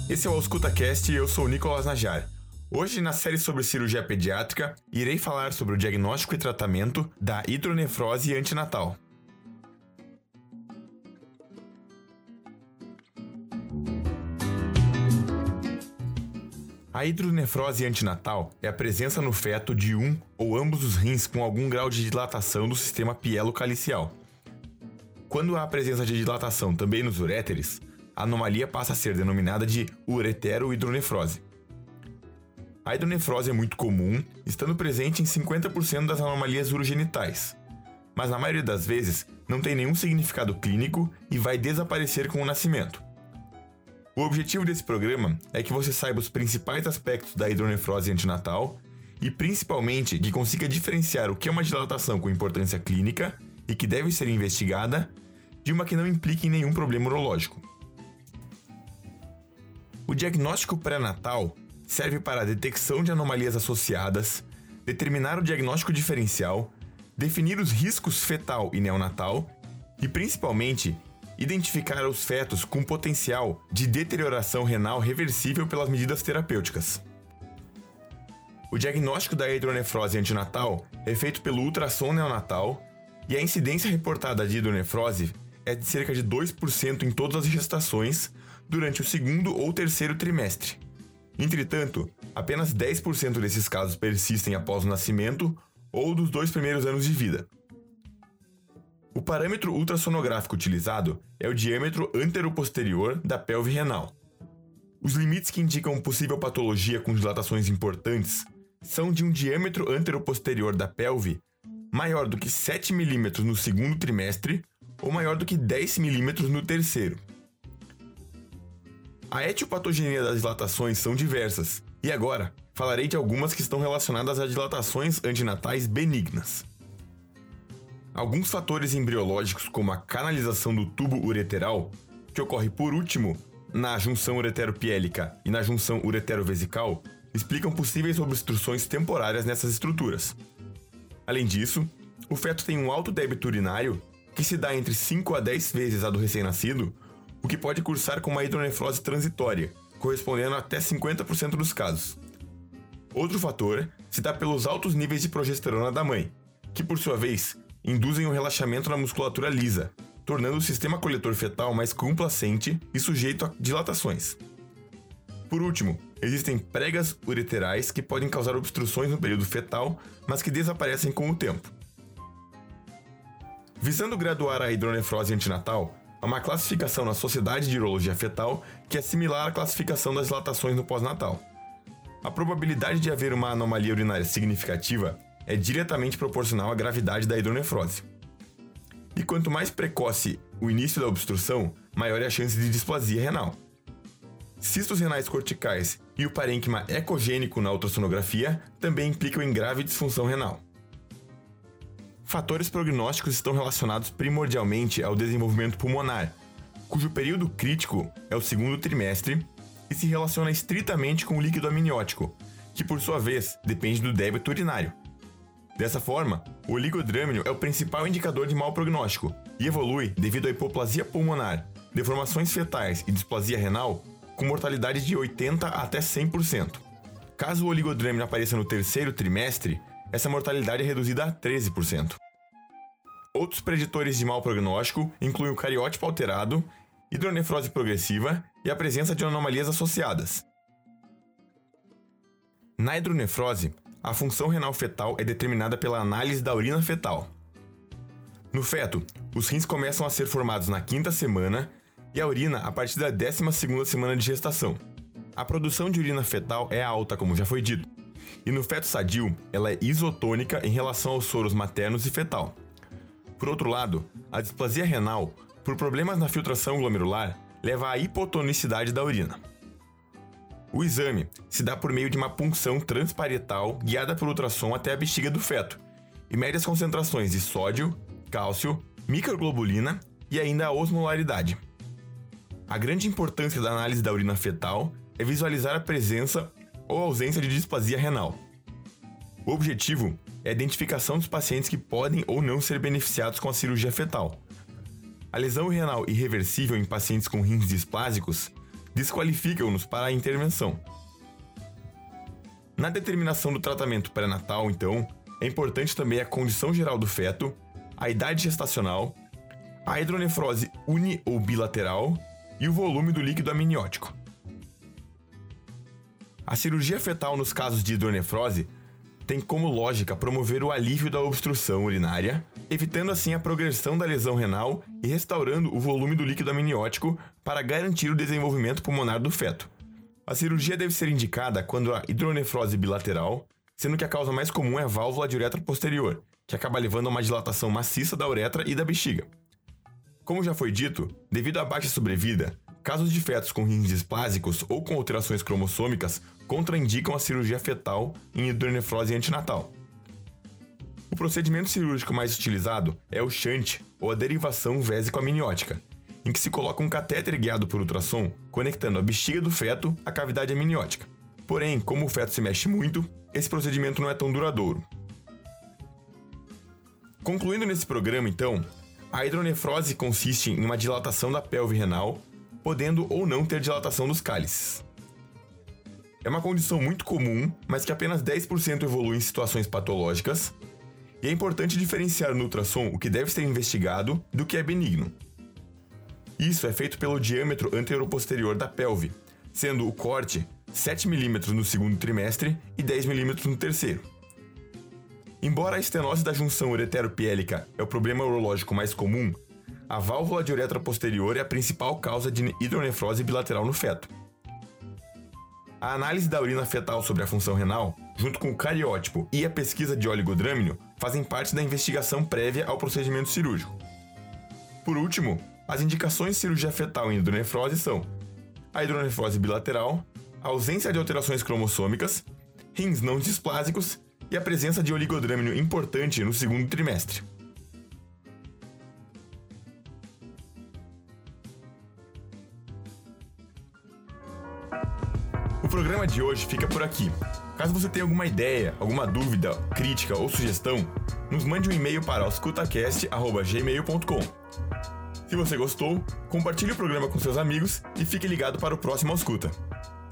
Esse é o AuscultaCast e eu sou o Nicolas Najar. Hoje, na série sobre cirurgia pediátrica, irei falar sobre o diagnóstico e tratamento da hidronefrose antinatal. A hidronefrose antinatal é a presença no feto de um ou ambos os rins com algum grau de dilatação do sistema pielo-calicial. Quando há a presença de dilatação também nos uréteres, a anomalia passa a ser denominada de ureterohidronefrose. A hidronefrose é muito comum, estando presente em 50% das anomalias urogenitais, mas na maioria das vezes não tem nenhum significado clínico e vai desaparecer com o nascimento. O objetivo desse programa é que você saiba os principais aspectos da hidronefrose antinatal e principalmente que consiga diferenciar o que é uma dilatação com importância clínica e que deve ser investigada de uma que não implique em nenhum problema urológico. O diagnóstico pré-natal serve para a detecção de anomalias associadas, determinar o diagnóstico diferencial, definir os riscos fetal e neonatal e, principalmente, identificar os fetos com potencial de deterioração renal reversível pelas medidas terapêuticas. O diagnóstico da hidronefrose antinatal é feito pelo ultrassom neonatal e a incidência reportada de hidronefrose é de cerca de 2% em todas as gestações durante o segundo ou terceiro trimestre. Entretanto, apenas 10% desses casos persistem após o nascimento ou dos 2 primeiros anos de vida. O parâmetro ultrassonográfico utilizado é o diâmetro anteroposterior da pelve renal. Os limites que indicam possível patologia com dilatações importantes são de um diâmetro anteroposterior da pelve maior do que 7 mm no segundo trimestre ou maior do que 10 mm no terceiro. A etiopatogenia das dilatações são diversas, e agora falarei de algumas que estão relacionadas a dilatações antinatais benignas. Alguns fatores embriológicos, como a canalização do tubo ureteral, que ocorre por último na junção ureteropiélica e na junção ureterovesical, explicam possíveis obstruções temporárias nessas estruturas. Além disso, o feto tem um alto débito urinário que se dá entre 5 a 10 vezes a do recém-nascido, o que pode cursar com uma hidronefrose transitória, correspondendo a até 50% dos casos. Outro fator se dá pelos altos níveis de progesterona da mãe, que por sua vez induzem um relaxamento na musculatura lisa, tornando o sistema coletor fetal mais complacente e sujeito a dilatações. Por último, existem pregas ureterais que podem causar obstruções no período fetal, mas que desaparecem com o tempo. Visando graduar a hidronefrose antinatal, há uma classificação na Sociedade de Urologia Fetal que é similar à classificação das dilatações no pós-natal. A probabilidade de haver uma anomalia urinária significativa é diretamente proporcional à gravidade da hidronefrose. E quanto mais precoce o início da obstrução, maior é a chance de displasia renal. Cistos renais corticais e o parênquima ecogênico na ultrassonografia também implicam em grave disfunção renal. Fatores prognósticos estão relacionados primordialmente ao desenvolvimento pulmonar, cujo período crítico é o segundo trimestre e se relaciona estritamente com o líquido amniótico, que por sua vez depende do débito urinário. Dessa forma, o oligodrâmino é o principal indicador de mau prognóstico e evolui devido à hipoplasia pulmonar, deformações fetais e displasia renal com mortalidade de 80% até 100%. Caso o oligodrâmino apareça no terceiro trimestre, essa mortalidade é reduzida a 13%. Outros preditores de mau prognóstico incluem o cariótipo alterado, hidronefrose progressiva e a presença de anomalias associadas. Na hidronefrose, a função renal fetal é determinada pela análise da urina fetal. No feto, os rins começam a ser formados na 5ª semana e a urina a partir da 12ª semana de gestação. A produção de urina fetal é alta, como já foi dito, e no feto sadio ela é isotônica em relação aos soros maternos e fetal. Por outro lado, a displasia renal, por problemas na filtração glomerular, leva à hipotonicidade da urina. O exame se dá por meio de uma punção transparietal guiada por ultrassom até a bexiga do feto e mede as concentrações de sódio, cálcio, microglobulina e ainda a osmolaridade. A grande importância da análise da urina fetal é visualizar a presença ou ausência de displasia renal. O objetivo é a identificação dos pacientes que podem ou não ser beneficiados com a cirurgia fetal. A lesão renal irreversível em pacientes com rins displásicos desqualificam-nos para a intervenção. Na determinação do tratamento pré-natal, então, é importante também a condição geral do feto, a idade gestacional, a hidronefrose uni- ou bilateral e o volume do líquido amniótico. A cirurgia fetal nos casos de hidronefrose tem como lógica promover o alívio da obstrução urinária, evitando assim a progressão da lesão renal e restaurando o volume do líquido amniótico para garantir o desenvolvimento pulmonar do feto. A cirurgia deve ser indicada quando há hidronefrose bilateral, sendo que a causa mais comum é a válvula de uretra posterior, que acaba levando a uma dilatação maciça da uretra e da bexiga. Como já foi dito, devido à baixa sobrevida, casos de fetos com rins displásicos ou com alterações cromossômicas contraindicam a cirurgia fetal em hidronefrose antinatal. O procedimento cirúrgico mais utilizado é o shunt, ou a derivação vésico-amniótica, em que se coloca um catéter guiado por ultrassom conectando a bexiga do feto à cavidade amniótica. Porém, como o feto se mexe muito, esse procedimento não é tão duradouro. Concluindo nesse programa, então, a hidronefrose consiste em uma dilatação da pelve renal, podendo ou não ter dilatação dos cálices. É uma condição muito comum, mas que apenas 10% evolui em situações patológicas, e é importante diferenciar no ultrassom o que deve ser investigado do que é benigno. Isso é feito pelo diâmetro anteroposterior da pelve, sendo o corte 7 mm no segundo trimestre e 10 mm no terceiro. Embora a estenose da junção uretero-piélica é o problema urológico mais comum, a válvula de uretra posterior é a principal causa de hidronefrose bilateral no feto. A análise da urina fetal sobre a função renal, junto com o cariótipo e a pesquisa de oligodrâmino, fazem parte da investigação prévia ao procedimento cirúrgico. Por último, as indicações de cirurgia fetal em hidronefrose são a hidronefrose bilateral, a ausência de alterações cromossômicas, rins não displásicos e a presença de oligodrâmino importante no segundo trimestre. O programa de hoje fica por aqui. Caso você tenha alguma ideia, alguma dúvida, crítica ou sugestão, nos mande um e-mail para auscultacast@gmail.com. Se você gostou, compartilhe o programa com seus amigos e fique ligado para o próximo Ausculta.